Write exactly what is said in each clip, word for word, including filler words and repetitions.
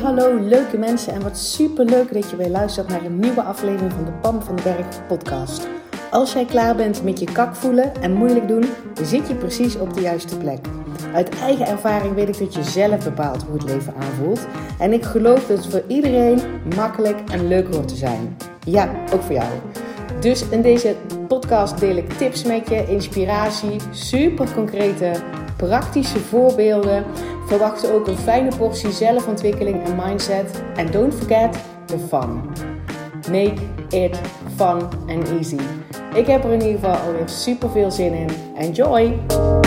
hallo leuke mensen en wat super leuk dat je weer luistert naar een nieuwe aflevering van de Pam van den Berg podcast. Als jij klaar bent met je kak voelen en moeilijk doen, dan zit je precies op de juiste plek. Uit eigen ervaring weet ik dat je zelf bepaalt hoe het leven aanvoelt. En ik geloof dat het voor iedereen makkelijk en leuk hoort te zijn. Ja, ook voor jou. Dus in deze podcast deel ik tips met je, inspiratie, super concrete, praktische voorbeelden. Verwacht ook een fijne portie zelfontwikkeling en mindset. En don't forget the fun. Make it fun and easy. Ik heb er in ieder geval alweer super veel zin in. Enjoy!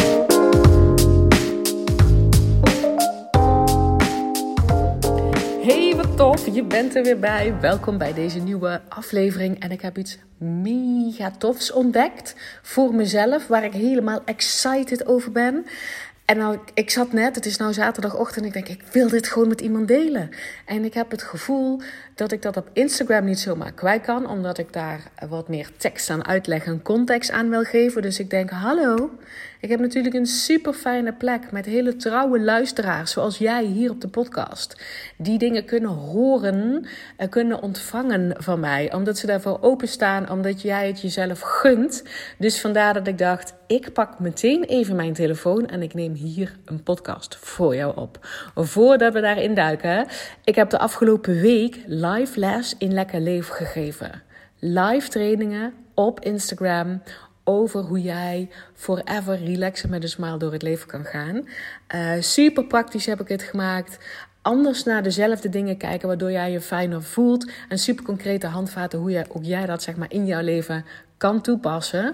Hey, wat tof! Je bent er weer bij. Welkom bij deze nieuwe aflevering. En ik heb iets mega tofs ontdekt voor mezelf, waar ik helemaal excited over ben. En nou, ik zat net, het is nou zaterdagochtend, ik denk, ik wil dit gewoon met iemand delen. En ik heb het gevoel dat ik dat op Instagram niet zomaar kwijt kan, omdat ik daar wat meer tekst aan uitleg en context aan wil geven. Dus ik denk, hallo, ik heb natuurlijk een super fijne plek met hele trouwe luisteraars, zoals jij hier op de podcast. Die dingen kunnen horen en kunnen ontvangen van mij, omdat ze daarvoor openstaan, omdat jij het jezelf gunt. Dus vandaar dat ik dacht, ik pak meteen even mijn telefoon en ik neem hier een podcast voor jou op. Voordat we daarin duiken, ik heb de afgelopen week live les in Lekker Leef gegeven. Live trainingen op Instagram over hoe jij forever relaxen met een smile door het leven kan gaan. Uh, super praktisch heb ik het gemaakt. Anders naar dezelfde dingen kijken, waardoor jij je fijner voelt. En super concrete handvaten hoe jij, ook jij dat zeg maar in jouw leven kan toepassen.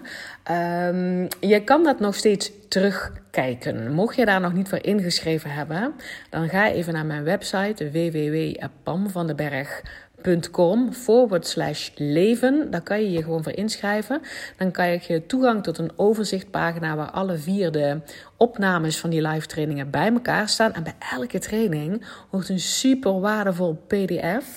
Um, je kan dat nog steeds terugkijken. Mocht je daar nog niet voor ingeschreven hebben, dan ga even naar mijn website w w w punt pamvandenberg punt com forward slash leven. Daar kan je je gewoon voor inschrijven. Dan krijg je toegang tot een overzichtpagina waar alle vier de opnames van die live trainingen bij elkaar staan. En bij elke training hoort een super waardevol P D F.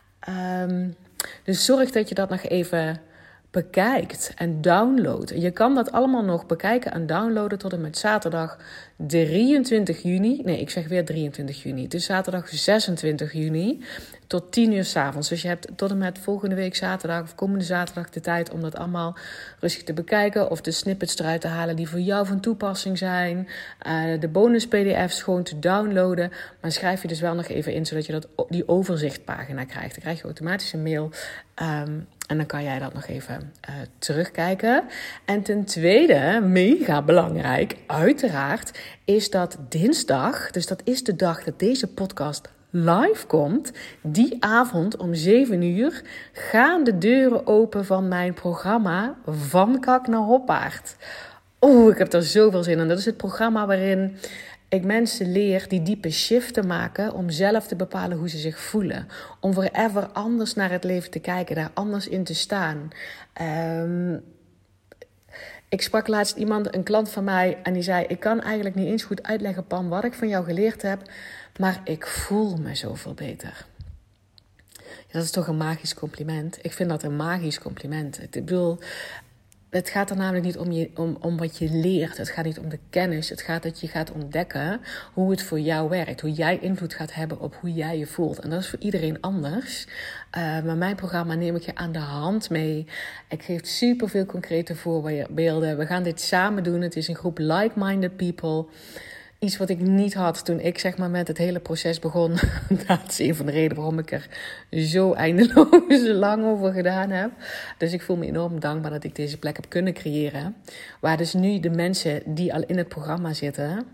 Um, dus zorg dat je dat nog even bekijkt en downloadt. Je kan dat allemaal nog bekijken en downloaden tot en met zaterdag drieëntwintig juni. Nee, ik zeg weer drieëntwintig juni. Het is zaterdag zesentwintig juni tot tien uur 's avonds. Dus je hebt tot en met volgende week zaterdag of komende zaterdag de tijd om dat allemaal rustig te bekijken of de snippets eruit te halen die voor jou van toepassing zijn. Uh, de bonus P D F's gewoon te downloaden. Maar schrijf je dus wel nog even in, zodat je dat, die overzichtpagina krijgt. Dan krijg je automatisch een mail. Um, En dan kan jij dat nog even uh, terugkijken. En ten tweede, mega belangrijk, uiteraard, is dat dinsdag, dus dat is de dag dat deze podcast live komt, die avond om zeven uur gaan de deuren open van mijn programma Van Kak naar Hoppaard. Oeh, ik heb er zoveel zin in. Dat is het programma waarin ik mensen leer die diepe shiften maken om zelf te bepalen hoe ze zich voelen. Om forever anders naar het leven te kijken, daar anders in te staan. Um, ik sprak laatst iemand, een klant van mij, en die zei, ik kan eigenlijk niet eens goed uitleggen, Pam, wat ik van jou geleerd heb, maar ik voel me zoveel beter. Ja, dat is toch een magisch compliment. Ik vind dat een magisch compliment. Ik bedoel, het gaat er namelijk niet om, je, om, om wat je leert. Het gaat niet om de kennis. Het gaat dat je gaat ontdekken hoe het voor jou werkt. Hoe jij invloed gaat hebben op hoe jij je voelt. En dat is voor iedereen anders. Uh, maar mijn programma neem ik je aan de hand mee. Ik geef superveel concrete voorbeelden. We gaan dit samen doen. Het is een groep like-minded people. Iets wat ik niet had toen ik zeg maar met het hele proces begon. Dat is een van de redenen waarom ik er zo eindeloos lang over gedaan heb. Dus ik voel me enorm dankbaar dat ik deze plek heb kunnen creëren. Waar dus nu de mensen die al in het programma zitten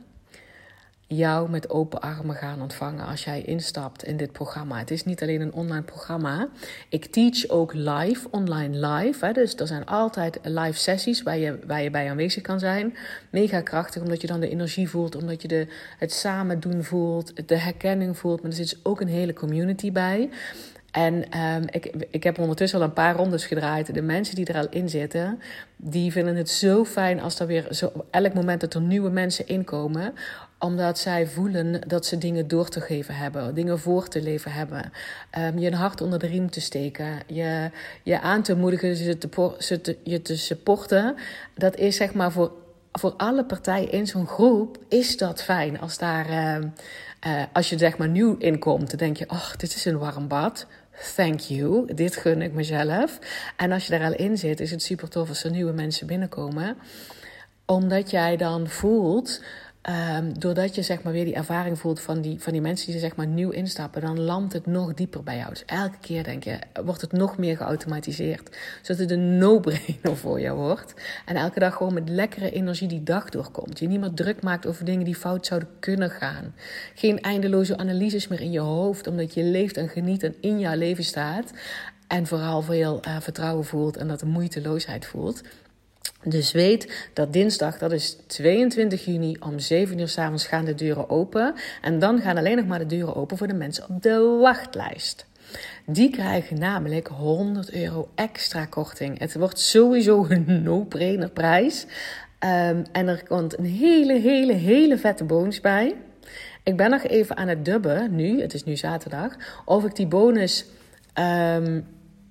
jou met open armen gaan ontvangen als jij instapt in dit programma. Het is niet alleen een online programma. Ik teach ook live, online live. Hè. Dus er zijn altijd live sessies waar je, waar je bij aanwezig kan zijn. Mega krachtig, omdat je dan de energie voelt, omdat je de, het samen doen voelt, de herkenning voelt. Maar er zit ook een hele community bij. En um, ik, ik heb ondertussen al een paar rondes gedraaid. De mensen die er al in zitten, die vinden het zo fijn als er weer zo, op elk moment dat er nieuwe mensen inkomen, omdat zij voelen dat ze dingen door te geven hebben, dingen voor te leven hebben. Um, je een hart onder de riem te steken, je, je aan te moedigen, ze te, ze te, je te supporten. Dat is zeg maar voor voor alle partijen in zo'n groep is dat fijn. Als, daar, uh, uh, als je zeg maar nieuw inkomt, dan denk je, oh, dit is een warm bad. Thank you, dit gun ik mezelf. En als je daar al in zit, is het super tof als er nieuwe mensen binnenkomen. Omdat jij dan voelt, um, doordat je zeg maar weer die ervaring voelt van die, van die mensen die er zeg maar nieuw instappen, dan landt het nog dieper bij jou. Dus elke keer denk je, wordt het nog meer geautomatiseerd. Zodat het een no-brainer voor jou wordt. En elke dag gewoon met lekkere energie die dag doorkomt. Je niet meer druk maakt over dingen die fout zouden kunnen gaan. Geen eindeloze analyses meer in je hoofd, omdat je leeft en geniet en in jouw leven staat. En vooral veel uh, vertrouwen voelt en dat de moeiteloosheid voelt. Dus weet dat dinsdag, dat is tweeëntwintig juni, om zeven uur 's avonds gaan de deuren open. En dan gaan alleen nog maar de deuren open voor de mensen op de wachtlijst. Die krijgen namelijk honderd euro extra korting. Het wordt sowieso een no-brainer prijs. Um, en er komt een hele, hele, hele vette bonus bij. Ik ben nog even aan het dubben nu, het is nu zaterdag, of ik die bonus... Um,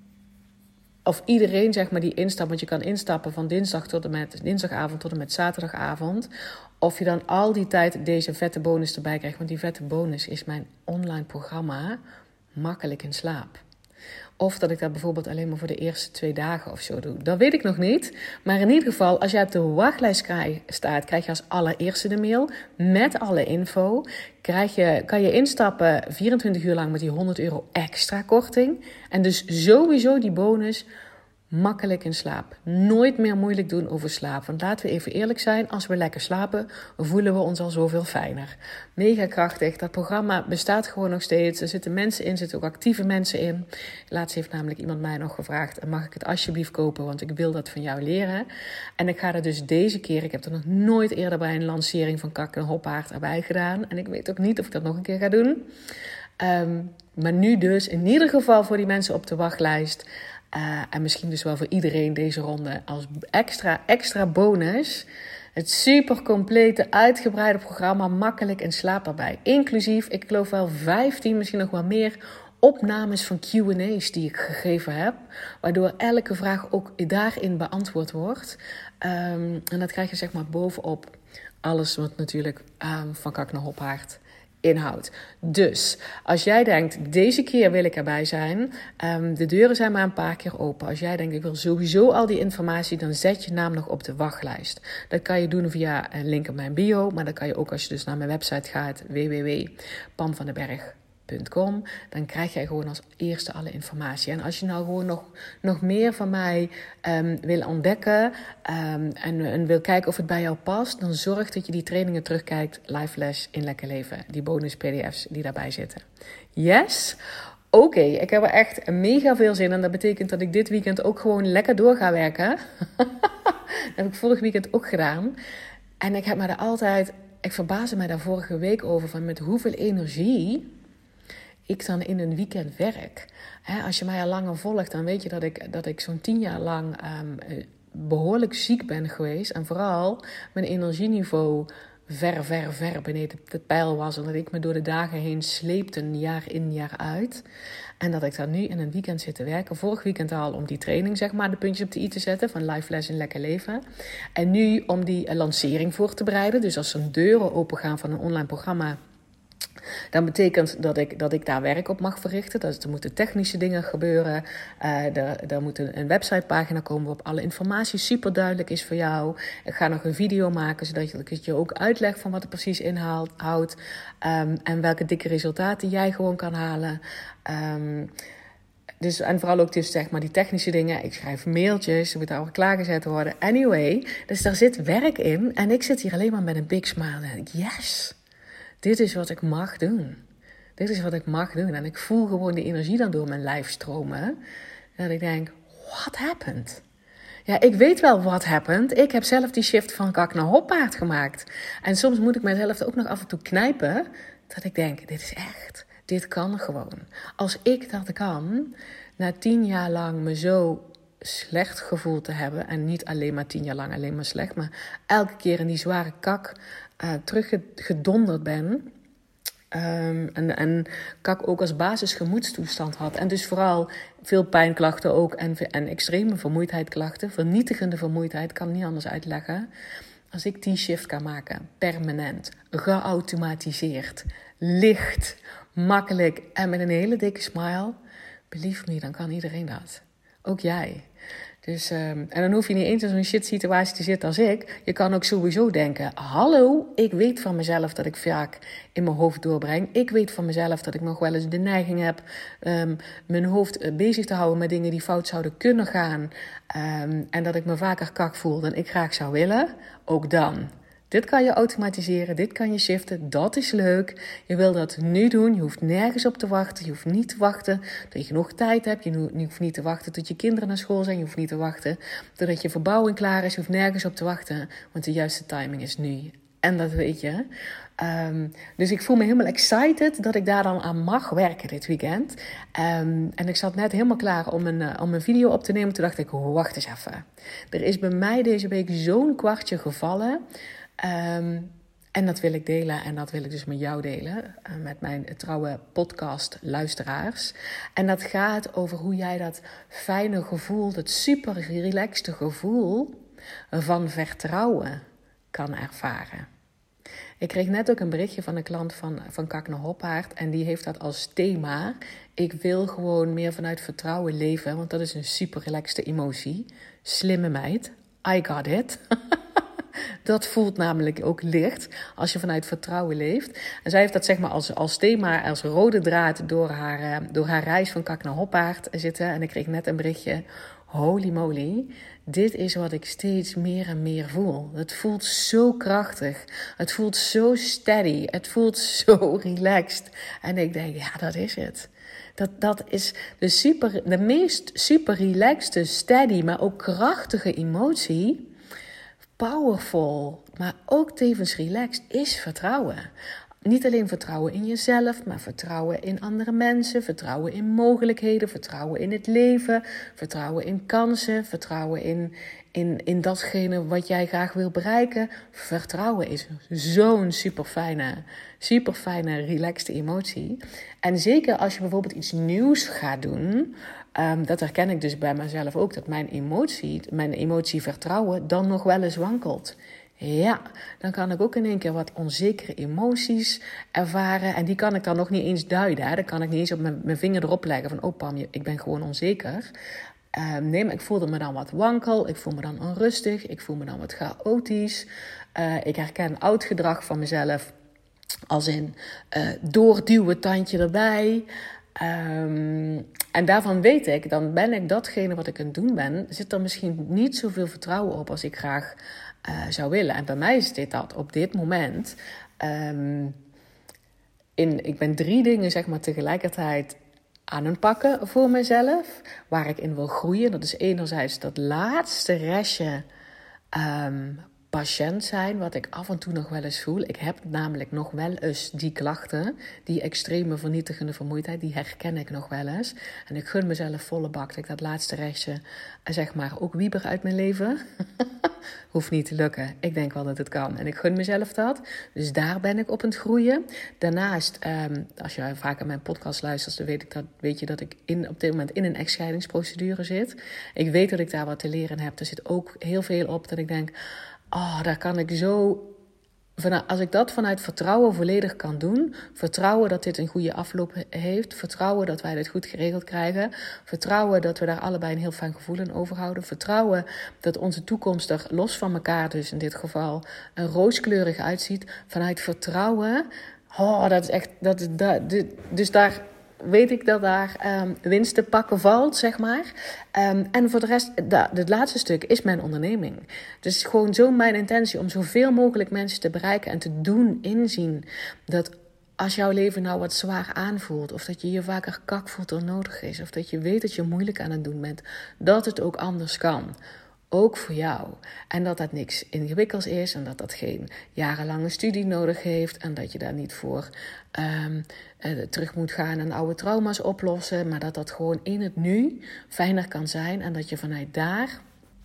Of iedereen zeg maar die instapt, want je kan instappen van dinsdag tot en met dinsdagavond tot en met zaterdagavond. Of je dan al die tijd deze vette bonus erbij krijgt. Want die vette bonus is mijn online programma Makkelijk in Slaap. Of dat ik dat bijvoorbeeld alleen maar voor de eerste twee dagen of zo doe. Dat weet ik nog niet. Maar in ieder geval, als jij op de wachtlijst staat, krijg je als allereerste de mail met alle info. Krijg je, kan je instappen vierentwintig uur lang met die honderd euro extra korting. En dus sowieso die bonus makkelijk in slaap. Nooit meer moeilijk doen over slaap. Want laten we even eerlijk zijn, als we lekker slapen, voelen we ons al zoveel fijner. Mega krachtig. Dat programma bestaat gewoon nog steeds. Er zitten mensen in, er zitten ook actieve mensen in. Laatst heeft namelijk iemand mij nog gevraagd, mag ik het alsjeblieft kopen, want ik wil dat van jou leren. En ik ga er dus deze keer, ik heb er nog nooit eerder bij een lancering van Kak en Hoppaard erbij gedaan. En ik weet ook niet of ik dat nog een keer ga doen. Um, maar nu dus in ieder geval voor die mensen op de wachtlijst. Uh, en misschien dus wel voor iedereen deze ronde als extra, extra bonus. Het super complete, uitgebreide programma Makkelijk in Slaap erbij. Inclusief, ik geloof wel vijftien, misschien nog wel meer opnames van Q en A's die ik gegeven heb. Waardoor elke vraag ook daarin beantwoord wordt. Um, en dat krijg je zeg maar bovenop alles wat natuurlijk um, van Kak naar Hoppaard inhoud. Dus als jij denkt, deze keer wil ik erbij zijn, um, de deuren zijn maar een paar keer open. Als jij denkt, ik wil sowieso al die informatie, dan zet je naam nog op de wachtlijst. Dat kan je doen via een link in mijn bio, maar dat kan je ook als je dus naar mijn website gaat, w w w punt pam van den berg punt com. Dan krijg jij gewoon als eerste alle informatie. En als je nou gewoon nog, nog meer van mij um, wil ontdekken um, en, en wil kijken of het bij jou past, dan zorg dat je die trainingen terugkijkt, live les in Lekker Leven. Die bonus P D F's die daarbij zitten. Yes? Oké, okay, ik heb er echt mega veel zin in. Dat betekent dat ik dit weekend ook gewoon lekker door ga werken. Dat heb ik vorig weekend ook gedaan. En ik heb me daar altijd, ik verbaasde mij daar vorige week over, van met hoeveel energie ik dan in een weekend werk. He, als je mij al langer volgt, dan weet je dat ik, dat ik zo'n tien jaar lang um, behoorlijk ziek ben geweest. En vooral mijn energieniveau ver, ver, ver beneden de pijl was. En dat ik me door de dagen heen sleepte, jaar in, jaar uit. En dat ik dan nu in een weekend zit te werken. Vorig weekend al om die training, zeg maar, de puntjes op de i te zetten van Live Les in Lekker Leven. En nu om die lancering voor te bereiden. Dus als er deuren open gaan van een online programma, dan betekent dat ik, dat ik daar werk op mag verrichten. Dus er moeten technische dingen gebeuren. Uh, er, er moet een, een websitepagina komen waarop alle informatie super duidelijk is voor jou. Ik ga nog een video maken, zodat ik het je ook uitleg van wat het precies inhoudt. Um, en welke dikke resultaten jij gewoon kan halen. Um, Dus, en vooral ook dus, zeg maar, die technische dingen. Ik schrijf mailtjes, er moet daar klaargezet worden. Anyway, dus daar zit werk in. En ik zit hier alleen maar met een big smile. En denk ik, yes, dit is wat ik mag doen. Dit is wat ik mag doen. En ik voel gewoon die energie dan door mijn lijf stromen. Dat ik denk, what happened? Ja, ik weet wel what happened. Ik heb zelf die shift van Kak naar Hoppaard gemaakt. En soms moet ik mezelf ook nog af en toe knijpen. Dat ik denk, dit is echt, dit kan gewoon. Als ik dat kan, na tien jaar lang me zo slecht gevoeld te hebben. En niet alleen maar tien jaar lang alleen maar slecht. Maar elke keer in die zware kak uh, teruggedonderd ben. Um, en, en Kak ook als basis gemoedstoestand had. En dus vooral veel pijnklachten ook. En, en extreme vermoeidheidklachten. Vernietigende vermoeidheid, kan niet anders uitleggen. Als ik die shift kan maken, permanent, geautomatiseerd, licht, makkelijk en met een hele dikke smile, believe me, dan kan iedereen dat. Ook jij. Dus, um, en dan hoef je niet eens in zo'n shit situatie te zitten als ik. Je kan ook sowieso denken, hallo, ik weet van mezelf dat ik vaak in mijn hoofd doorbreng. Ik weet van mezelf dat ik nog wel eens de neiging heb um, mijn hoofd bezig te houden met dingen die fout zouden kunnen gaan. Um, en dat ik me vaker kak voel dan ik graag zou willen. Ook dan. Dit kan je automatiseren, dit kan je shiften, dat is leuk. Je wil dat nu doen, je hoeft nergens op te wachten. Je hoeft niet te wachten dat je genoeg tijd hebt. Je hoeft niet te wachten tot je kinderen naar school zijn. Je hoeft niet te wachten totdat je verbouwing klaar is. Je hoeft nergens op te wachten, want de juiste timing is nu. En dat weet je. Um, dus ik voel me helemaal excited dat ik daar dan aan mag werken dit weekend. Um, en ik zat net helemaal klaar om een, uh, om een video op te nemen. Toen dacht ik, wacht eens even. Er is bij mij deze week zo'n kwartje gevallen. Um, en dat wil ik delen en dat wil ik dus met jou delen, uh, met mijn trouwe podcast-luisteraars. En dat gaat over hoe jij dat fijne gevoel, dat super relaxte gevoel van vertrouwen kan ervaren. Ik kreeg net ook een berichtje van een klant van, van Kakne Hoppaard en die heeft dat als thema. Ik wil gewoon meer vanuit vertrouwen leven, want dat is een super relaxte emotie. Slimme meid, I got it. Dat voelt namelijk ook licht als je vanuit vertrouwen leeft. En zij heeft dat zeg maar als, als thema, als rode draad door haar, door haar reis van Kak naar Hoppaard zitten. En ik kreeg net een berichtje, holy moly, dit is wat ik steeds meer en meer voel. Het voelt zo krachtig, het voelt zo steady, het voelt zo relaxed. En ik denk, ja, dat is het. Dat, dat is de, super, de meest super relaxed, steady, maar ook krachtige emotie. Powerful, maar ook tevens relaxed, is vertrouwen. Niet alleen vertrouwen in jezelf, maar vertrouwen in andere mensen, vertrouwen in mogelijkheden, vertrouwen in het leven, vertrouwen in kansen, vertrouwen in, in, in datgene wat jij graag wil bereiken. Vertrouwen is zo'n super fijne, super fijne, relaxed emotie. En zeker als je bijvoorbeeld iets nieuws gaat doen, um, dat herken ik dus bij mezelf ook, dat mijn emotie, mijn emotie vertrouwen dan nog wel eens wankelt. Ja, dan kan ik ook in één keer wat onzekere emoties ervaren. En die kan ik dan nog niet eens duiden. Hè. Dan kan ik niet eens op mijn, mijn vinger erop leggen van, oh Pam, ik ben gewoon onzeker. Uh, nee, maar ik voelde me dan wat wankel. Ik voel me dan onrustig. Ik voel me dan wat chaotisch. Uh, ik herken oud gedrag van mezelf. Als in uh, doorduwen, tandje erbij. Um, en daarvan weet ik, dan ben ik datgene wat ik aan het doen ben. Zit er misschien niet zoveel vertrouwen op als ik graag Uh, zou willen. En bij mij is dit dat op dit moment. Um, in, ik ben drie dingen zeg maar tegelijkertijd aan het pakken voor mezelf. Waar ik in wil groeien. Dat is enerzijds dat laatste restje um, patiënt zijn. Wat ik af en toe nog wel eens voel. Ik heb namelijk nog wel eens die klachten. Die extreme vernietigende vermoeidheid. Die herken ik nog wel eens. En ik gun mezelf volle bak. Dat ik dat laatste restje zeg maar ook wieber uit mijn leven. Hoeft niet te lukken. Ik denk wel dat het kan. En ik gun mezelf dat. Dus daar ben ik op aan het groeien. Daarnaast, um, als je vaak aan mijn podcast luistert, dan weet, ik dat, weet je dat ik in, op dit moment in een echtscheidingsprocedure zit. Ik weet dat ik daar wat te leren heb. Er zit ook heel veel op dat ik denk, oh, daar kan ik zo... Als ik dat vanuit vertrouwen volledig kan doen, vertrouwen dat dit een goede afloop heeft, vertrouwen dat wij dit goed geregeld krijgen, vertrouwen dat we daar allebei een heel fijn gevoel in overhouden, vertrouwen dat onze toekomst er los van elkaar dus in dit geval een rooskleurig uitziet, vanuit vertrouwen, oh, dat is echt, dat, dat, dus daar... weet ik dat daar um, winst te pakken valt, zeg maar. Um, en voor de rest, het laatste stuk is mijn onderneming. Dus gewoon zo mijn intentie om zoveel mogelijk mensen te bereiken en te doen inzien dat als jouw leven nou wat zwaar aanvoelt, of dat je je vaker kak voelt dan nodig is, of dat je weet dat je moeilijk aan het doen bent, dat het ook anders kan. Ook voor jou. En dat dat niks ingewikkelds is. En dat dat geen jarenlange studie nodig heeft. En dat je daar niet voor um, uh, terug moet gaan en oude trauma's oplossen. Maar dat dat gewoon in het nu fijner kan zijn. En dat je vanuit daar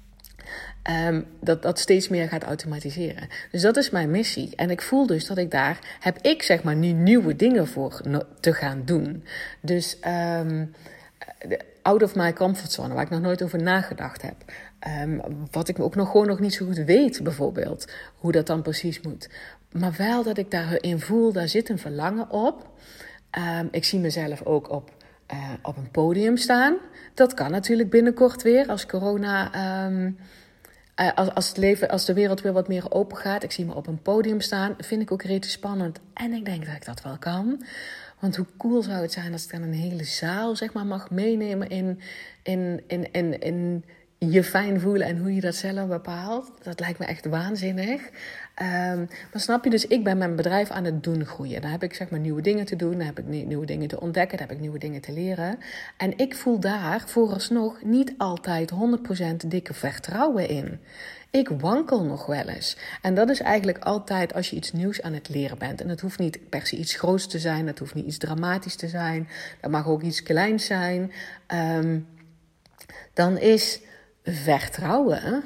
um, dat, dat steeds meer gaat automatiseren. Dus dat is mijn missie. En ik voel dus dat ik daar, heb ik zeg maar nu nieuwe dingen voor no- te gaan doen. Dus... Um, out of my comfortzone, waar ik nog nooit over nagedacht heb. Um, wat ik ook nog gewoon nog niet zo goed weet, bijvoorbeeld. Hoe dat dan precies moet. Maar wel dat ik daarin voel, daar zit een verlangen op. Um, ik zie mezelf ook op, uh, op een podium staan. Dat kan natuurlijk binnenkort weer, als corona... Um, uh, als, als, het leven, als de wereld weer wat meer open gaat. Ik zie me op een podium staan. Vind ik ook redelijk spannend. En ik denk dat ik dat wel kan. Want hoe cool zou het zijn als ik dan een hele zaal, zeg maar, mag meenemen in... in, in, in, in je fijn voelen en hoe je dat zelf bepaalt. Dat lijkt me echt waanzinnig. Um, maar snap je, dus ik ben mijn bedrijf aan het doen groeien. Dan heb ik zeg maar nieuwe dingen te doen. Dan heb ik nieuwe dingen te ontdekken. Dan heb ik nieuwe dingen te leren. En ik voel daar vooralsnog niet altijd honderd procent dikke vertrouwen in. Ik wankel nog wel eens. En dat is eigenlijk altijd als je iets nieuws aan het leren bent. En het hoeft niet per se iets groots te zijn. Het hoeft niet iets dramatisch te zijn. Dat mag ook iets kleins zijn. Um, dan is vertrouwen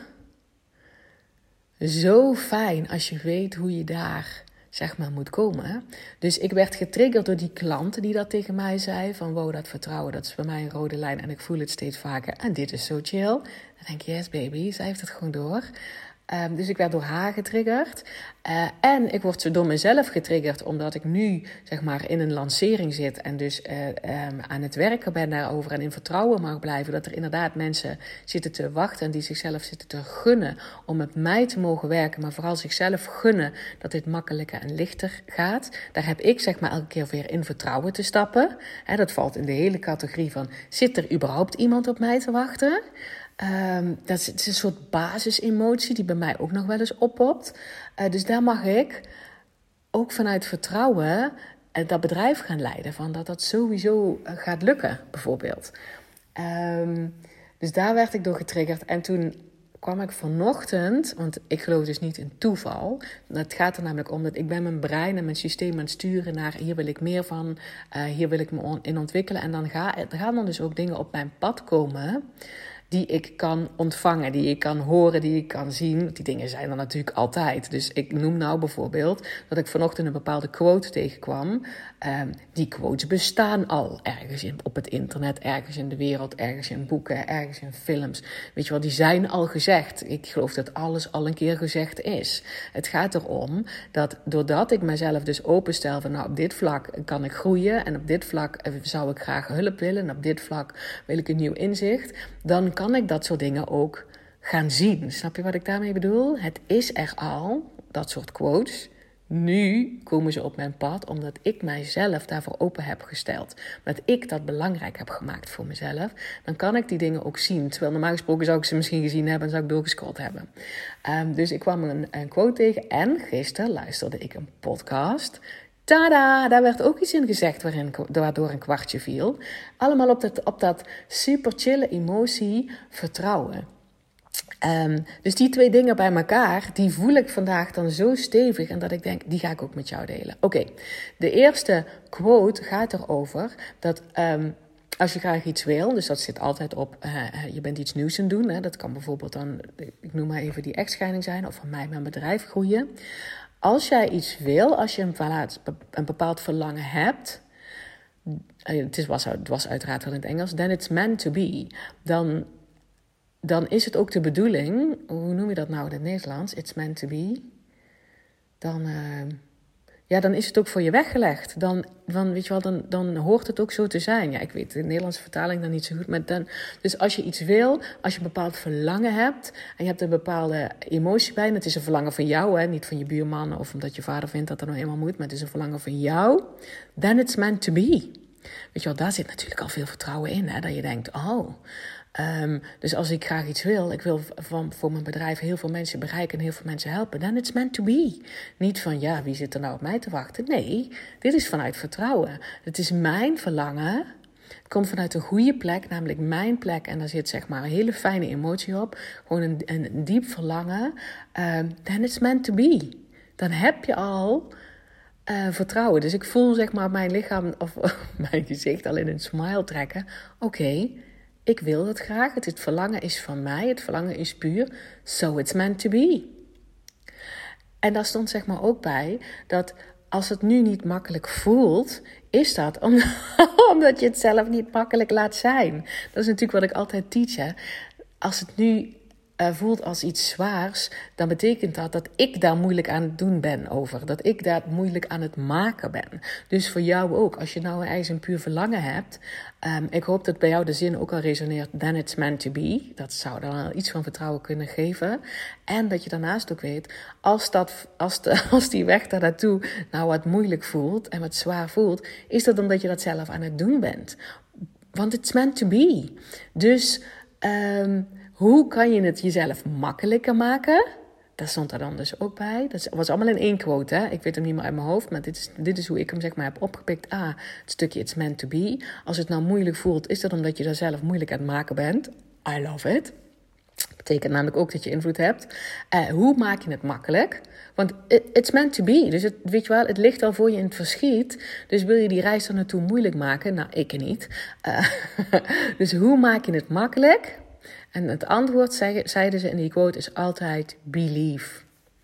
zo fijn als je weet hoe je daar, zeg maar, moet komen. Dus ik werd getriggerd door die klant die dat tegen mij zei. Van wow, dat vertrouwen, dat is bij mij een rode lijn. En ik voel het steeds vaker. En dit is zo chill. Dan denk je, yes baby, zij heeft het gewoon door. Um, dus ik werd door haar getriggerd. Uh, en ik word zo door mezelf getriggerd, omdat ik nu, zeg maar, in een lancering zit. En dus uh, um, aan het werken ben daarover. En in vertrouwen mag blijven dat er inderdaad mensen zitten te wachten. En die zichzelf zitten te gunnen om met mij te mogen werken. Maar vooral zichzelf gunnen dat dit makkelijker en lichter gaat. Daar heb ik, zeg maar, elke keer weer in vertrouwen te stappen. He, dat valt in de hele categorie van, zit er überhaupt iemand op mij te wachten? Um, dat is, het is een soort basisemotie die bij mij ook nog wel eens oppopt. Uh, dus daar mag ik ook vanuit vertrouwen uh, dat bedrijf gaan leiden. Van dat dat sowieso uh, gaat lukken, bijvoorbeeld. Um, dus daar werd ik door getriggerd. En toen kwam ik vanochtend, want ik geloof dus niet in toeval. Het gaat er namelijk om dat ik ben mijn brein en mijn systeem aan het sturen naar hier wil ik meer van. Uh, hier wil ik me on- in ontwikkelen. En dan ga, er gaan dan dus ook dingen op mijn pad komen die ik kan ontvangen, die ik kan horen, die ik kan zien. Die dingen zijn er natuurlijk altijd. Dus ik noem nou bijvoorbeeld dat ik vanochtend een bepaalde quote tegenkwam. Um, die quotes bestaan al ergens in, op het internet, ergens in de wereld, ergens in boeken, ergens in films. Weet je wel, die zijn al gezegd. Ik geloof dat alles al een keer gezegd is. Het gaat erom dat doordat ik mezelf dus openstel van nou op dit vlak kan ik groeien en op dit vlak zou ik graag hulp willen en op dit vlak wil ik een nieuw inzicht, dan kan ik dat soort dingen ook gaan zien. Snap je wat ik daarmee bedoel? Het is er al, dat soort quotes. Nu komen ze op mijn pad omdat ik mijzelf daarvoor open heb gesteld. Omdat ik dat belangrijk heb gemaakt voor mezelf. Dan kan ik die dingen ook zien. Terwijl normaal gesproken zou ik ze misschien gezien hebben en zou ik doorgescrolld hebben. Um, dus ik kwam een, een quote tegen en gisteren luisterde ik een podcast. Tada, daar werd ook iets in gezegd waarin, waardoor een kwartje viel. Allemaal op dat, op dat super chille emotie vertrouwen. Um, dus die twee dingen bij elkaar, die voel ik vandaag dan zo stevig en dat ik denk, die ga ik ook met jou delen. Oké, okay. De eerste quote gaat erover dat um, als je graag iets wil, dus dat zit altijd op, uh, je bent iets nieuws aan het doen. Hè, dat kan bijvoorbeeld dan, ik noem maar even die echtscheiding zijn of van mij mijn bedrijf groeien. Als jij iets wil, als je een, een bepaald verlangen hebt, het, is, was, het was uiteraard wel in het Engels, then it's meant to be, dan... dan is het ook de bedoeling, hoe noem je dat nou in het Nederlands? It's meant to be. Dan, uh, ja, dan is het ook voor je weggelegd. Dan, dan, weet je wel, dan, dan hoort het ook zo te zijn. Ja, ik weet de Nederlandse vertaling dan niet zo goed. Maar dan, dus als je iets wil, als je een bepaald verlangen hebt en je hebt een bepaalde emotie bij, en het is een verlangen van jou, hè, niet van je buurman of omdat je vader vindt dat dat nou eenmaal moet, maar het is een verlangen van jou, then it's meant to be. Weet je wel, daar zit natuurlijk al veel vertrouwen in, hè, dat je denkt, oh... Um, dus als ik graag iets wil, ik wil van, voor mijn bedrijf heel veel mensen bereiken en heel veel mensen helpen, then it's meant to be. Niet van, ja, wie zit er nou op mij te wachten? Nee, dit is vanuit vertrouwen. Het is mijn verlangen. Het komt vanuit een goede plek, namelijk mijn plek. En daar zit zeg maar een hele fijne emotie op. Gewoon een, een diep verlangen. Um, then it's meant to be. Dan heb je al uh, vertrouwen. Dus ik voel zeg maar mijn lichaam of mijn gezicht al in een smile trekken. Oké. Okay, ik wil dat graag. Het, het verlangen is van mij. Het verlangen is puur. So it's meant to be. En daar stond zeg maar ook bij dat als het nu niet makkelijk voelt, is dat omdat, omdat je het zelf niet makkelijk laat zijn. Dat is natuurlijk wat ik altijd teach. Hè. Als het nu uh, voelt als iets zwaars, dan betekent dat dat ik daar moeilijk aan het doen ben over. Dat ik daar moeilijk aan het maken ben. Dus voor jou ook, als je nou ergens een puur verlangen hebt, um, ik hoop dat bij jou de zin ook al resoneert, then it's meant to be. Dat zou dan wel iets van vertrouwen kunnen geven. En dat je daarnaast ook weet, als, dat, als, de, als die weg daar naartoe nou wat moeilijk voelt en wat zwaar voelt, is dat omdat je dat zelf aan het doen bent. Want it's meant to be. Dus um, hoe kan je het jezelf makkelijker maken? Dat stond er dan dus ook bij. Dat was allemaal in één quote, hè? Ik weet hem niet meer uit mijn hoofd, maar dit is, dit is hoe ik hem zeg maar heb opgepikt. Ah, het stukje it's meant to be. Als het nou moeilijk voelt, is dat omdat je daar zelf moeilijk aan het maken bent. I love it. Betekent namelijk ook dat je invloed hebt. Uh, hoe maak je het makkelijk? Want it, it's meant to be. Dus het, weet je wel, het ligt al voor je in het verschiet. Dus wil je die reis er naartoe moeilijk maken? Nou, ik niet. Uh, dus hoe maak je het makkelijk? En het antwoord, zei, zeiden ze in die quote, is altijd believe.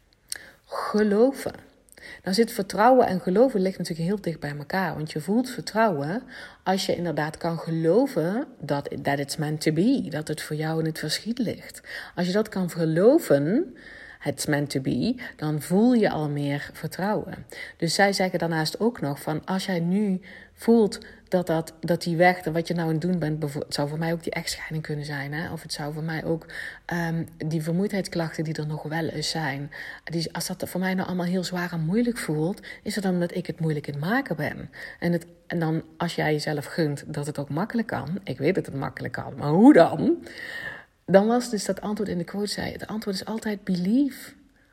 Geloven. Nou zit vertrouwen en geloven ligt natuurlijk heel dicht bij elkaar. Want je voelt vertrouwen als je inderdaad kan geloven dat that it's meant to be. Dat het voor jou in het verschiet ligt. Als je dat kan geloven, it's meant to be, dan voel je al meer vertrouwen. Dus zij zeggen daarnaast ook nog van, als jij nu voelt dat, dat, dat die weg, dat wat je nou aan het doen bent, het zou voor mij ook die echtscheiding kunnen zijn, hè? Of het zou voor mij ook um, die vermoeidheidsklachten die er nog wel eens zijn. Die, als dat voor mij nou allemaal heel zwaar en moeilijk voelt, is het dan omdat ik het moeilijk in het maken ben. En, het, en dan, als jij jezelf gunt dat het ook makkelijk kan, ik weet dat het makkelijk kan, maar hoe dan? Dan was dus dat antwoord in de quote zei, het antwoord is altijd believe.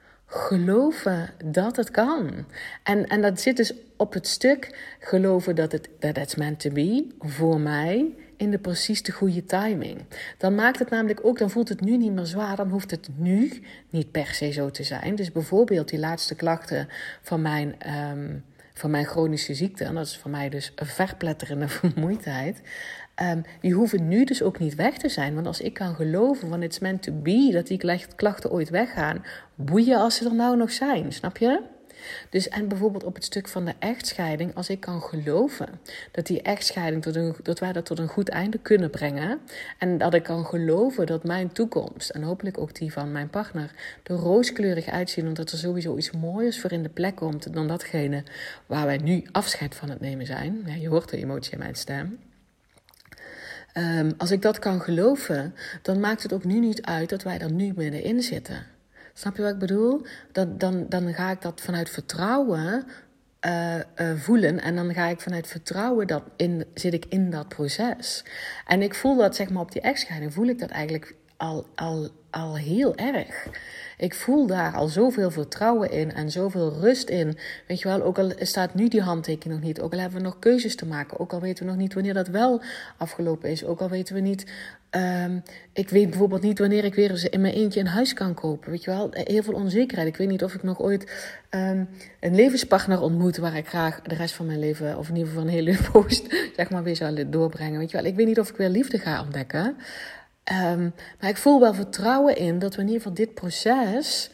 Geloven dat het kan. En, en dat zit dus op het stuk geloven dat het that it's meant to be voor mij in de precies de goede timing. Dan maakt het namelijk ook, dan voelt het nu niet meer zwaar, dan hoeft het nu niet per se zo te zijn. Dus bijvoorbeeld die laatste klachten van mijn, um, van mijn chronische ziekte, en dat is voor mij dus een verpletterende vermoeidheid. Um, die hoeven nu dus ook niet weg te zijn. Want als ik kan geloven van it's meant to be, dat die klachten ooit weggaan, boeien als ze er nou nog zijn, snap je? Dus en bijvoorbeeld op het stuk van de echtscheiding, als ik kan geloven dat die echtscheiding, tot een, dat wij dat tot een goed einde kunnen brengen. En dat ik kan geloven dat mijn toekomst, en hopelijk ook die van mijn partner, er rooskleurig uitzien. Omdat er sowieso iets moois voor in de plek komt dan datgene waar wij nu afscheid van het nemen zijn. Ja, je hoort de emotie in mijn stem. Um, als ik dat kan geloven, dan maakt het ook nu niet uit dat wij er nu middenin zitten. Snap je wat ik bedoel? Dan, dan, dan ga ik dat vanuit vertrouwen uh, uh, voelen. En dan ga ik vanuit vertrouwen, dat in, zit ik in dat proces. En ik voel dat, zeg maar, op die echtscheiding voel ik dat eigenlijk al, al, al heel erg. Ik voel daar al zoveel vertrouwen in en zoveel rust in. Weet je wel, ook al staat nu die handtekening nog niet. Ook al hebben we nog keuzes te maken. Ook al weten we nog niet wanneer dat wel afgelopen is. Ook al weten we niet... Um, ik weet bijvoorbeeld niet wanneer ik weer eens in mijn eentje een huis kan kopen. Weet je wel, heel veel onzekerheid. Ik weet niet of ik nog ooit um, een levenspartner ontmoet waar ik graag de rest van mijn leven, of in ieder geval een hele post, zeg maar, weer zou doorbrengen. Weet je wel, ik weet niet of ik weer liefde ga ontdekken. Um, maar ik voel wel vertrouwen in dat we in ieder geval dit proces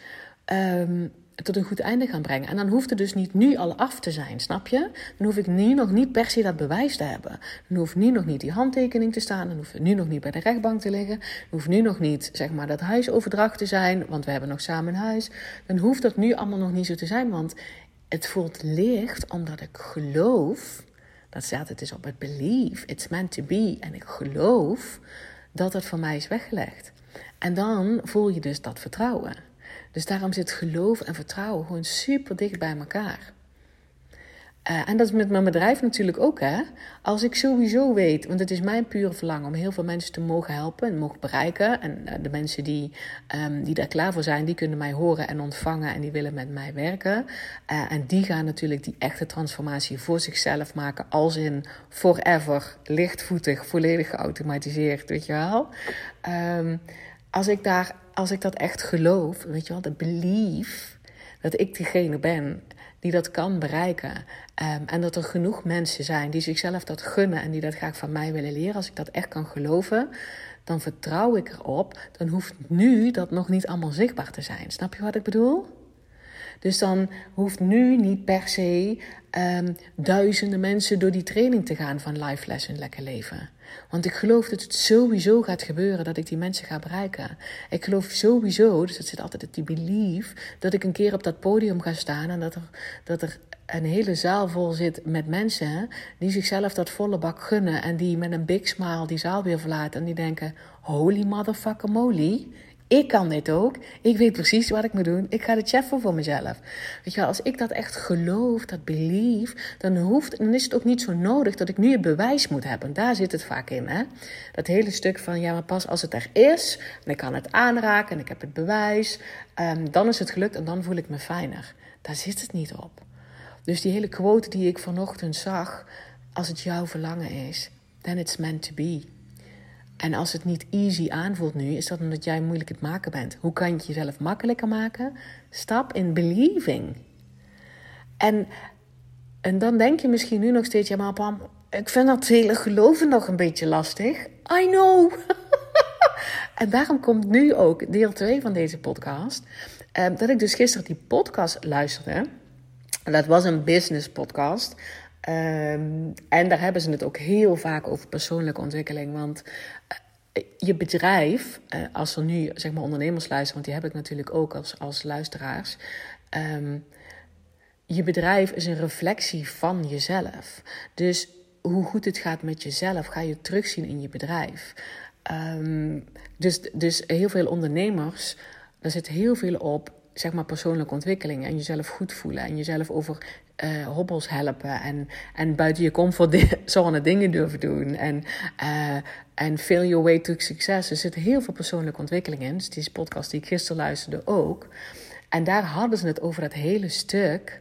um, tot een goed einde gaan brengen. En dan hoeft het dus niet nu al af te zijn, snap je? Dan hoef ik nu nog niet per se dat bewijs te hebben. Dan hoeft nu nog niet die handtekening te staan. Dan hoef ik nu nog niet bij de rechtbank te liggen. Dan hoeft nu nog niet, zeg maar, dat huisoverdracht te zijn, want we hebben nog samen een huis. Dan hoeft dat nu allemaal nog niet zo te zijn, want het voelt licht omdat ik geloof. Dat staat het dus op het belief. It's meant to be. En ik geloof dat het voor mij is weggelegd. En dan voel je dus dat vertrouwen. Dus daarom zit geloof en vertrouwen gewoon super dicht bij elkaar. Uh, en dat is met mijn bedrijf natuurlijk ook, hè. Als ik sowieso weet, want het is mijn pure verlangen om heel veel mensen te mogen helpen en mogen bereiken. En uh, de mensen die, um, die daar klaar voor zijn, die kunnen mij horen en ontvangen en die willen met mij werken. Uh, en die gaan natuurlijk die echte transformatie voor zichzelf maken, als in forever, lichtvoetig, volledig geautomatiseerd, weet je wel. Um, als ik daar, als ik dat echt geloof, weet je wel, de belief dat ik diegene ben die dat kan bereiken. Um, en dat er genoeg mensen zijn die zichzelf dat gunnen en die dat graag van mij willen leren. Als ik dat echt kan geloven, dan vertrouw ik erop. Dan hoeft nu dat nog niet allemaal zichtbaar te zijn. Snap je wat ik bedoel? Dus dan hoeft nu niet per se um, duizenden mensen door die training te gaan van Life Lesson Lekker Leven. Want ik geloof dat het sowieso gaat gebeuren dat ik die mensen ga bereiken. Ik geloof sowieso, dus dat zit altijd in die belief, dat ik een keer op dat podium ga staan en dat er, dat er een hele zaal vol zit met mensen die zichzelf dat volle bak gunnen en die met een big smile die zaal weer verlaten en die denken, holy motherfucker moly, ik kan dit ook. Ik weet precies wat ik moet doen. Ik ga het cheffen voor mezelf. Weet je wel, als ik dat echt geloof, dat belief, dan, hoeft, dan is het ook niet zo nodig dat ik nu het bewijs moet hebben. Daar zit het vaak in, hè. Dat hele stuk van, ja, maar pas als het er is, en ik kan het aanraken en ik heb het bewijs, um, dan is het gelukt en dan voel ik me fijner. Daar zit het niet op. Dus die hele quote die ik vanochtend zag, als het jouw verlangen is, then it's meant to be. En als het niet easy aanvoelt nu, is dat omdat jij moeilijk het maken bent. Hoe kan je het jezelf makkelijker maken? Stap in believing. En, en dan denk je misschien nu nog steeds, ja maar Pam, ik vind dat hele geloven nog een beetje lastig. I know. En daarom komt nu ook deel twee van deze podcast. Eh, dat ik dus gisteren die podcast luisterde. En dat was een business podcast. Um, en daar hebben ze het ook heel vaak over persoonlijke ontwikkeling. Want uh, je bedrijf, uh, als er nu zeg maar ondernemers luisteren, want die heb ik natuurlijk ook als, als luisteraars. Um, je bedrijf is een reflectie van jezelf. Dus hoe goed het gaat met jezelf, ga je terugzien in je bedrijf. Um, dus, dus heel veel ondernemers, daar zit heel veel op, zeg maar persoonlijke ontwikkeling en jezelf goed voelen en jezelf over uh, hobbels helpen en, en buiten je comfortzone dingen durven doen en, uh, en feel your way to success. Er zit heel veel persoonlijke ontwikkeling in. Dus deze podcast die ik gisteren luisterde ook. En daar hadden ze het over dat hele stuk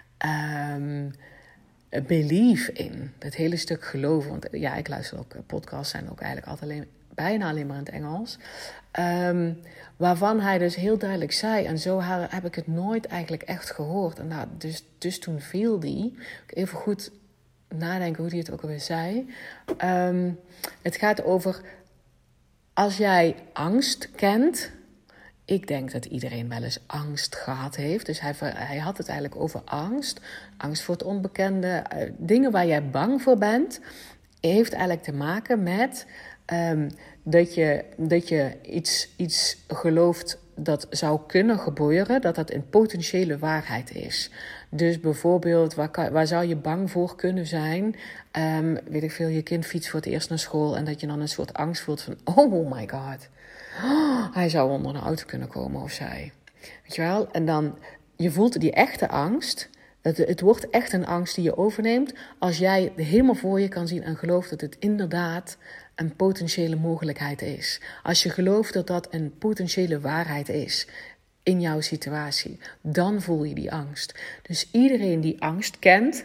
um, belief in. Dat hele stuk geloven. Want ja, ik luister ook podcasts, zijn ook eigenlijk altijd alleen, bijna alleen maar in het Engels. Um, waarvan hij dus heel duidelijk zei, en zo heb ik het nooit eigenlijk echt gehoord. En nou, dus, dus toen viel die, even goed nadenken hoe hij het ook alweer zei. Um, het gaat over, als jij angst kent, ik denk dat iedereen wel eens angst gehad heeft. Dus hij, hij had het eigenlijk over angst, angst voor het onbekende, uh, dingen waar jij bang voor bent, heeft eigenlijk te maken met Um, dat je, dat je iets, iets gelooft dat zou kunnen gebeuren, dat dat een potentiële waarheid is. Dus bijvoorbeeld, waar, kan, waar zou je bang voor kunnen zijn? Um, weet ik veel, je kind fietst voor het eerst naar school en dat je dan een soort angst voelt van, oh my god, oh, hij zou onder een auto kunnen komen of zij. Weet je wel? En dan, je voelt die echte angst. Het, het wordt echt een angst die je overneemt als jij helemaal voor je kan zien en gelooft dat het inderdaad een potentiële mogelijkheid is. Als je gelooft dat dat een potentiële waarheid is in jouw situatie, dan voel je die angst. Dus iedereen die angst kent,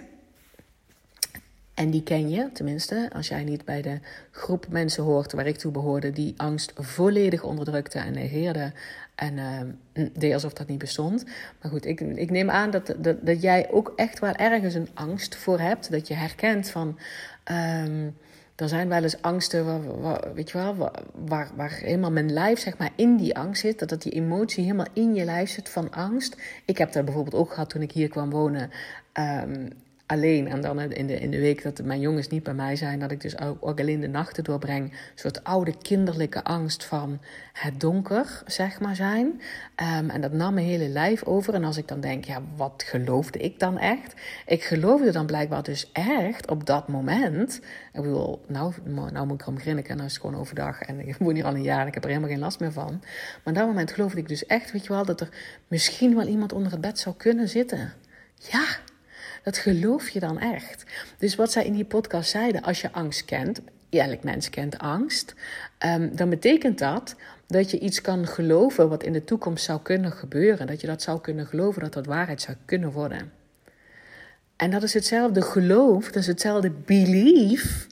en die ken je, tenminste, als jij niet bij de groep mensen hoort waar ik toe behoorde, die angst volledig onderdrukte en negeerde en uh, deed alsof dat niet bestond. Maar goed, ik, ik neem aan dat, dat, dat jij ook echt wel ergens een angst voor hebt, dat je herkent van, Um, er zijn wel eens angsten, waar, waar, weet je wel, waar, waar, waar helemaal mijn lijf zeg maar in die angst zit. Dat, dat die emotie helemaal in je lijf zit van angst. Ik heb dat bijvoorbeeld ook gehad toen ik hier kwam wonen. Um, alleen en dan in de, in de week dat mijn jongens niet bij mij zijn. Dat ik dus ook, ook alleen de nachten doorbreng. Een soort oude kinderlijke angst van het donker, zeg maar, zijn. Um, en dat nam mijn hele lijf over. En als ik dan denk, ja, wat geloofde ik dan echt? Ik geloofde dan blijkbaar dus echt op dat moment. Ik bedoel, nou, nou moet ik erom grinniken. Nou is het gewoon overdag. En ik woon hier al een jaar en ik heb er helemaal geen last meer van. Maar op dat moment geloofde ik dus echt, weet je wel, dat er misschien wel iemand onder het bed zou kunnen zitten. Ja. Dat geloof je dan echt. Dus wat zij in die podcast zeiden, als je angst kent, elk mens kent angst, um, dan betekent dat dat je iets kan geloven wat in de toekomst zou kunnen gebeuren. Dat je dat zou kunnen geloven, dat dat waarheid zou kunnen worden. En dat is hetzelfde geloof, dat is hetzelfde belief.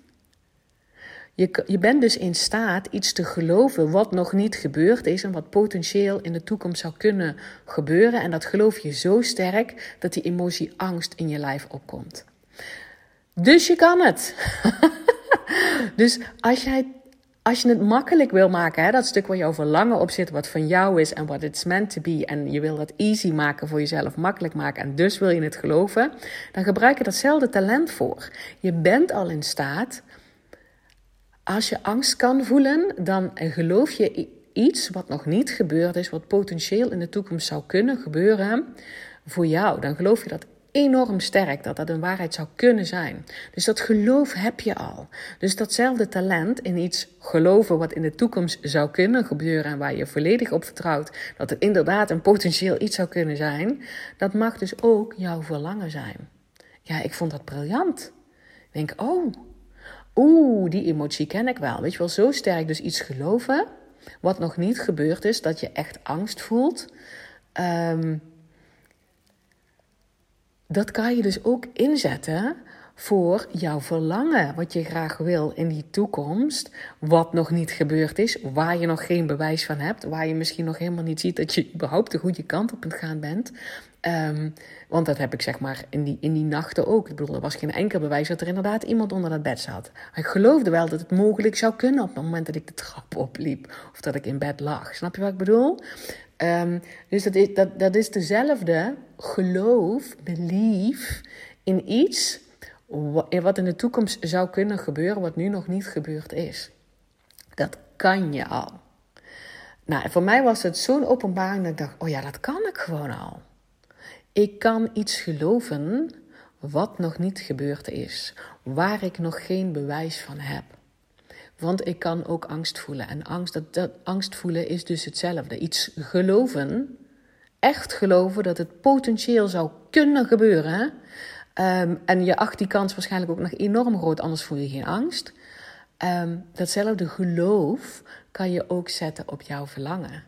Je, je bent dus in staat iets te geloven wat nog niet gebeurd is en wat potentieel in de toekomst zou kunnen gebeuren. En dat geloof je zo sterk dat die emotie angst in je lijf opkomt. Dus je kan het. Dus als jij Als je het makkelijk wil maken, hè, dat stuk waar jouw verlangen op zit, wat van jou is en wat it's meant to be, en je wil dat easy maken voor jezelf, makkelijk maken, en dus wil je het geloven, dan gebruik je datzelfde talent voor. Je bent al in staat, als je angst kan voelen, dan geloof je iets wat nog niet gebeurd is, wat potentieel in de toekomst zou kunnen gebeuren voor jou. Dan geloof je dat enorm sterk, dat dat een waarheid zou kunnen zijn. Dus dat geloof heb je al. Dus datzelfde talent in iets geloven wat in de toekomst zou kunnen gebeuren en waar je volledig op vertrouwt dat het inderdaad een potentieel iets zou kunnen zijn, dat mag dus ook jouw verlangen zijn. Ja, ik vond dat briljant. Ik denk, oh, oeh, die emotie ken ik wel. Weet je wel, zo sterk dus iets geloven wat nog niet gebeurd is, dat je echt angst voelt. Um, Dat kan je dus ook inzetten voor jouw verlangen, wat je graag wil in die toekomst, wat nog niet gebeurd is, waar je nog geen bewijs van hebt, waar je misschien nog helemaal niet ziet dat je überhaupt de goede kant op het gaan bent. Um, want dat heb ik zeg maar in die, in die nachten ook. Ik bedoel, er was geen enkel bewijs dat er inderdaad iemand onder dat bed zat. Ik geloofde wel dat het mogelijk zou kunnen op het moment dat ik de trap opliep of dat ik in bed lag. Snap je wat ik bedoel? Um, dus dat is, dat, dat is dezelfde geloof, belief in iets wat in de toekomst zou kunnen gebeuren, wat nu nog niet gebeurd is. Dat kan je al. Nou, voor mij was het zo'n openbaring dat ik dacht, oh ja, dat kan ik gewoon al. Ik kan iets geloven wat nog niet gebeurd is, waar ik nog geen bewijs van heb. Want ik kan ook angst voelen. En angst, dat, dat, angst voelen is dus hetzelfde. Iets geloven, echt geloven dat het potentieel zou kunnen gebeuren. Um, en je acht die kans waarschijnlijk ook nog enorm groot, anders voel je geen angst. Um, datzelfde geloof kan je ook zetten op jouw verlangen.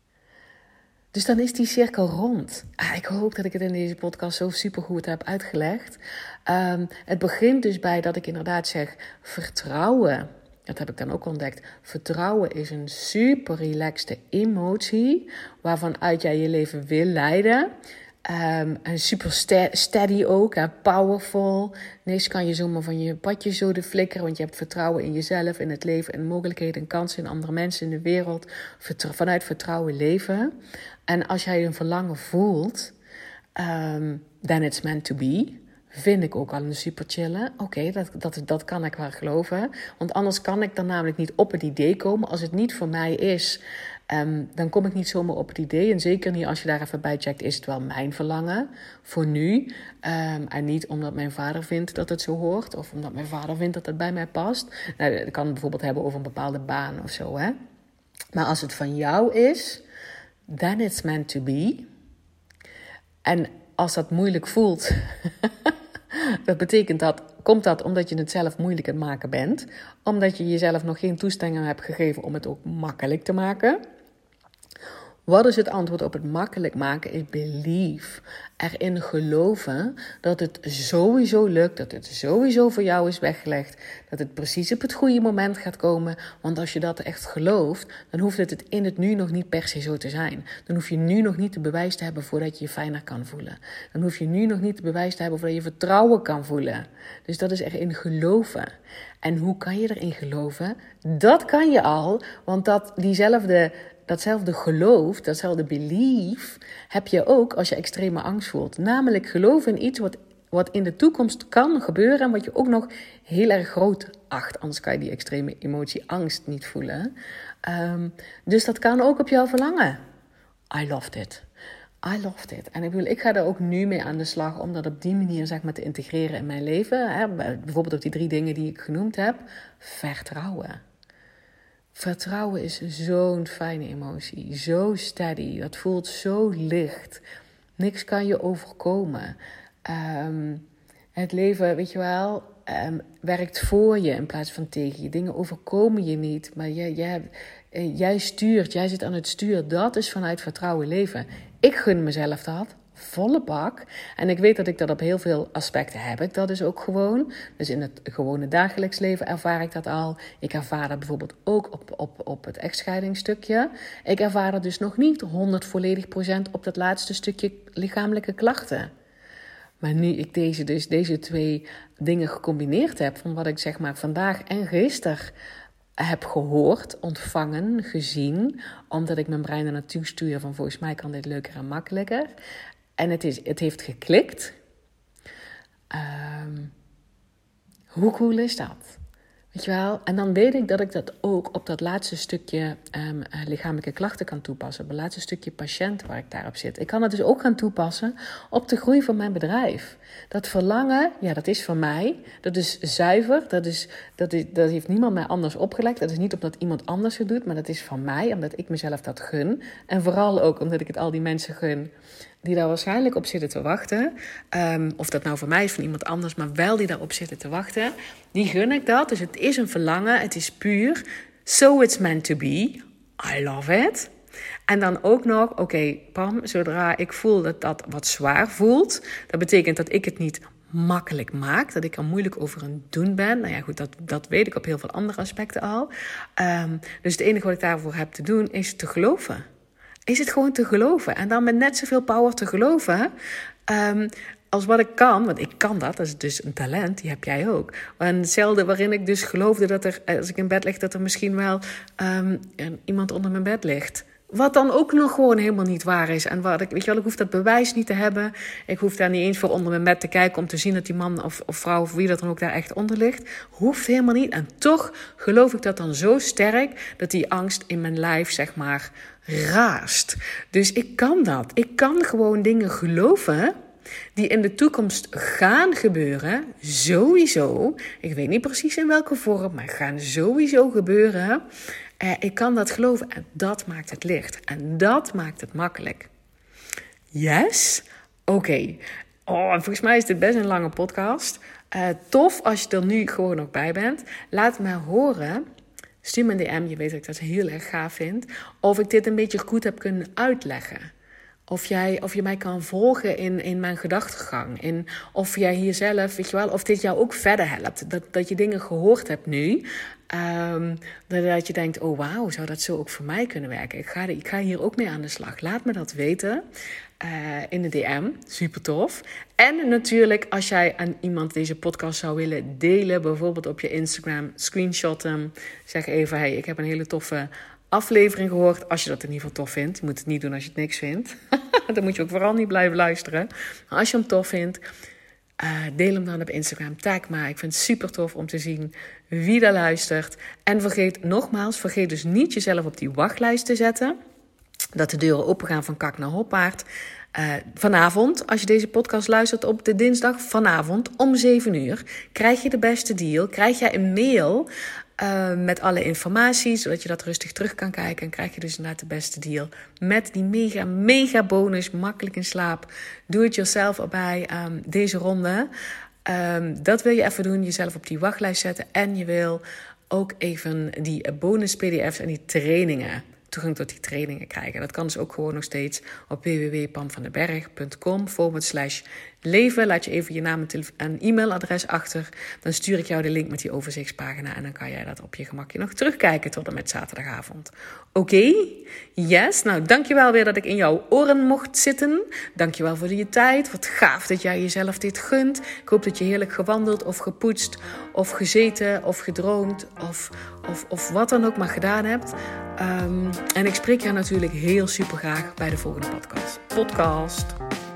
Dus dan is die cirkel rond. Ah, ik hoop dat ik het in deze podcast zo supergoed heb uitgelegd. Um, het begint dus bij dat ik inderdaad zeg vertrouwen. Dat heb ik dan ook ontdekt. Vertrouwen is een super relaxte emotie waarvan uit jij je leven wil leiden. Um, en super steady ook, hè, powerful. Niks kan je zomaar van je padje zo de flikkeren, want je hebt vertrouwen in jezelf, in het leven, in mogelijkheden en kansen in andere mensen in de wereld. Vertr- vanuit vertrouwen leven. En als jij een verlangen voelt, um, then it's meant to be. Vind ik ook al een super chillen. Oké, okay, dat, dat, dat kan ik wel geloven. Want anders kan ik dan namelijk niet op het idee komen. Als het niet voor mij is, um, dan kom ik niet zomaar op het idee. En zeker niet als je daar even bij checkt, is het wel mijn verlangen voor nu. Um, en niet omdat mijn vader vindt dat het zo hoort. Of omdat mijn vader vindt dat het bij mij past. Nou, ik kan het bijvoorbeeld hebben over een bepaalde baan of zo. Hè? Maar als het van jou is, then it's meant to be. En als dat moeilijk voelt... Dat betekent dat, komt dat omdat je het zelf moeilijk aan het maken bent. Omdat je jezelf nog geen toestemming hebt gegeven om het ook makkelijk te maken. Wat is het antwoord op het makkelijk maken? Is belief. Erin geloven dat het sowieso lukt. Dat het sowieso voor jou is weggelegd. Dat het precies op het goede moment gaat komen. Want als je dat echt gelooft, dan hoeft het, het in het nu nog niet per se zo te zijn. Dan hoef je nu nog niet de bewijs te hebben voordat je je fijner kan voelen. Dan hoef je nu nog niet de bewijs te hebben voordat je vertrouwen kan voelen. Dus dat is erin geloven. En hoe kan je erin geloven? Dat kan je al, want dat diezelfde... Datzelfde geloof, datzelfde belief heb je ook als je extreme angst voelt. Namelijk geloof in iets wat, wat in de toekomst kan gebeuren en wat je ook nog heel erg groot acht. Anders kan je die extreme emotie angst niet voelen. Um, dus dat kan ook op jouw verlangen. I loved it. I loved it. En ik bedoel, ik ga er ook nu mee aan de slag om dat op die manier zeg maar te integreren in mijn leven. Hè? Bijvoorbeeld op die drie dingen die ik genoemd heb. Vertrouwen. Vertrouwen is zo'n fijne emotie, zo steady, dat voelt zo licht. Niks kan je overkomen. Um, het leven, weet je wel, um, werkt voor je in plaats van tegen je. Dingen overkomen je niet, maar jij, jij, jij stuurt, jij zit aan het stuur. Dat is vanuit vertrouwen leven. Ik gun mezelf dat. Volle bak. En ik weet dat ik dat op heel veel aspecten heb. Ik dat dus ook gewoon. Dus in het gewone dagelijks leven ervaar ik dat al. Ik ervaar dat bijvoorbeeld ook op, op, op het echtscheidingsstukje. Ik ervaar dat dus nog niet honderd volledig procent op dat laatste stukje lichamelijke klachten. Maar nu ik deze, dus deze twee dingen gecombineerd heb, van wat ik zeg maar vandaag en gisteren heb gehoord, ontvangen, gezien. Omdat ik mijn brein er naartoe stuur van volgens mij kan dit leuker en makkelijker. En het, is, het heeft geklikt. Um, hoe cool is dat? Weet je wel? En dan weet ik dat ik dat ook op dat laatste stukje um, lichamelijke klachten kan toepassen. Op het laatste stukje patiënt waar ik daarop zit. Ik kan het dus ook gaan toepassen op de groei van mijn bedrijf. Dat verlangen, ja, dat is van mij. Dat is zuiver. Dat, is, dat, is, dat heeft niemand mij anders opgelegd. Dat is niet omdat iemand anders het doet, maar dat is van mij. Omdat ik mezelf dat gun. En vooral ook omdat ik het al die mensen gun die daar waarschijnlijk op zitten te wachten. Um, of dat nou voor mij is, van iemand anders, maar wel die daarop zitten te wachten. Die gun ik dat. Dus het is een verlangen. Het is puur. So it's meant to be. I love it. En dan ook nog, oké, okay, Pam, zodra ik voel dat dat wat zwaar voelt, dat betekent dat ik het niet makkelijk maak, dat ik er moeilijk over aan het doen ben. Nou ja, goed, dat, dat weet ik op heel veel andere aspecten al. Um, dus het enige wat ik daarvoor heb te doen, is te geloven. Is het gewoon te geloven. En dan met net zoveel power te geloven um, als wat ik kan. Want ik kan dat, dat is dus een talent, die heb jij ook. En hetzelfde waarin ik dus geloofde dat er, als ik in bed lig, dat er misschien wel um, iemand onder mijn bed ligt. Wat dan ook nog gewoon helemaal niet waar is. En wat ik, weet je wel, ik hoef dat bewijs niet te hebben. Ik hoef daar niet eens voor onder mijn bed te kijken om te zien dat die man of, of vrouw of wie dat dan ook daar echt onder ligt. Hoeft helemaal niet. En toch geloof ik dat dan zo sterk dat die angst in mijn lijf, zeg maar, raast. Dus ik kan dat. Ik kan gewoon dingen geloven die in de toekomst gaan gebeuren. Sowieso. Ik weet niet precies in welke vorm, maar gaan sowieso gebeuren. Uh, ik kan dat geloven en dat maakt het licht. En dat maakt het makkelijk. Yes? Oké. Okay. Oh, volgens mij is dit best een lange podcast. Uh, tof als je er nu gewoon nog bij bent. Laat me horen. Stuur me een D M, je weet dat ik dat heel erg gaaf vind. Of ik dit een beetje goed heb kunnen uitleggen. Of, jij, of je mij kan volgen in, in mijn gedachtegang. In, of jij hier zelf, weet je wel, of dit jou ook verder helpt. Dat, dat je dingen gehoord hebt nu. Um, dat je denkt, oh wauw, zou dat zo ook voor mij kunnen werken? Ik ga, ik ga hier ook mee aan de slag. Laat me dat weten uh, in de D M. Super tof. En natuurlijk, als jij aan iemand deze podcast zou willen delen, bijvoorbeeld op je Instagram, screenshot hem. Zeg even, hey, ik heb een hele toffe aflevering gehoord. Als je dat in ieder geval tof vindt. Je moet het niet doen als je het niks vindt. Dan moet je ook vooral niet blijven luisteren. Maar als je hem tof vindt, uh, deel hem dan op Instagram. Tag me. Ik vind het super tof om te zien wie daar luistert. En vergeet, nogmaals, vergeet dus niet jezelf op die wachtlijst te zetten. Dat de deuren opengaan van kak naar hoppaard. Uh, vanavond, als je deze podcast luistert op de dinsdag vanavond om zeven uur, krijg je de beste deal. Krijg jij een mail uh, met alle informatie, zodat je dat rustig terug kan kijken. En krijg je dus inderdaad de beste deal met die mega, mega bonus, makkelijk in slaap. Doe it yourself erbij um, deze ronde. Um, dat wil je even doen, jezelf op die wachtlijst zetten. En je wil ook even die bonus P D F's en die trainingen, toegang tot die trainingen krijgen. Dat kan dus ook gewoon nog steeds op w w w punt pamvandenberg.com forward slash leven. Laat je even je naam en, tele- en e-mailadres achter. Dan stuur ik jou de link met die overzichtspagina en dan kan jij dat op je gemakje nog terugkijken tot en met zaterdagavond. Oké? Okay? Yes. Nou, dankjewel weer dat ik in jouw oren mocht zitten. Dankjewel voor je tijd. Wat gaaf dat jij jezelf dit gunt. Ik hoop dat je heerlijk gewandeld of gepoetst of gezeten of gedroomd of, of, of wat dan ook maar gedaan hebt. Um, en ik spreek je natuurlijk heel super graag bij de volgende podcast. Podcast.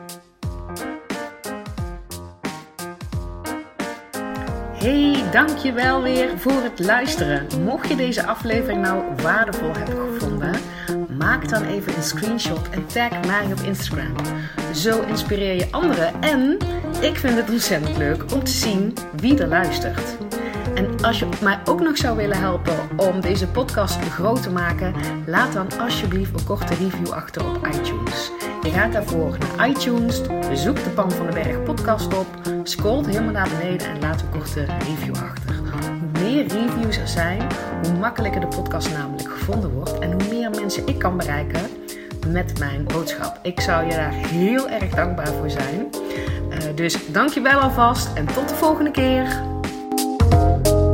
Hey, dankjewel weer voor het luisteren. Mocht je deze aflevering nou waardevol hebben gevonden, maak dan even een screenshot en tag mij op Instagram. Zo inspireer je anderen en ik vind het ontzettend leuk om te zien wie er luistert. En als je mij ook nog zou willen helpen om deze podcast groot te maken, laat dan alsjeblieft een korte review achter op iTunes. Je gaat daarvoor naar iTunes, zoek de Pam van den Berg podcast op, scrolt helemaal naar beneden en laat een korte review achter. Hoe meer reviews er zijn, hoe makkelijker de podcast namelijk gevonden wordt en hoe meer mensen ik kan bereiken met mijn boodschap. Ik zou je daar heel erg dankbaar voor zijn. Uh, dus dank je wel alvast en tot de volgende keer.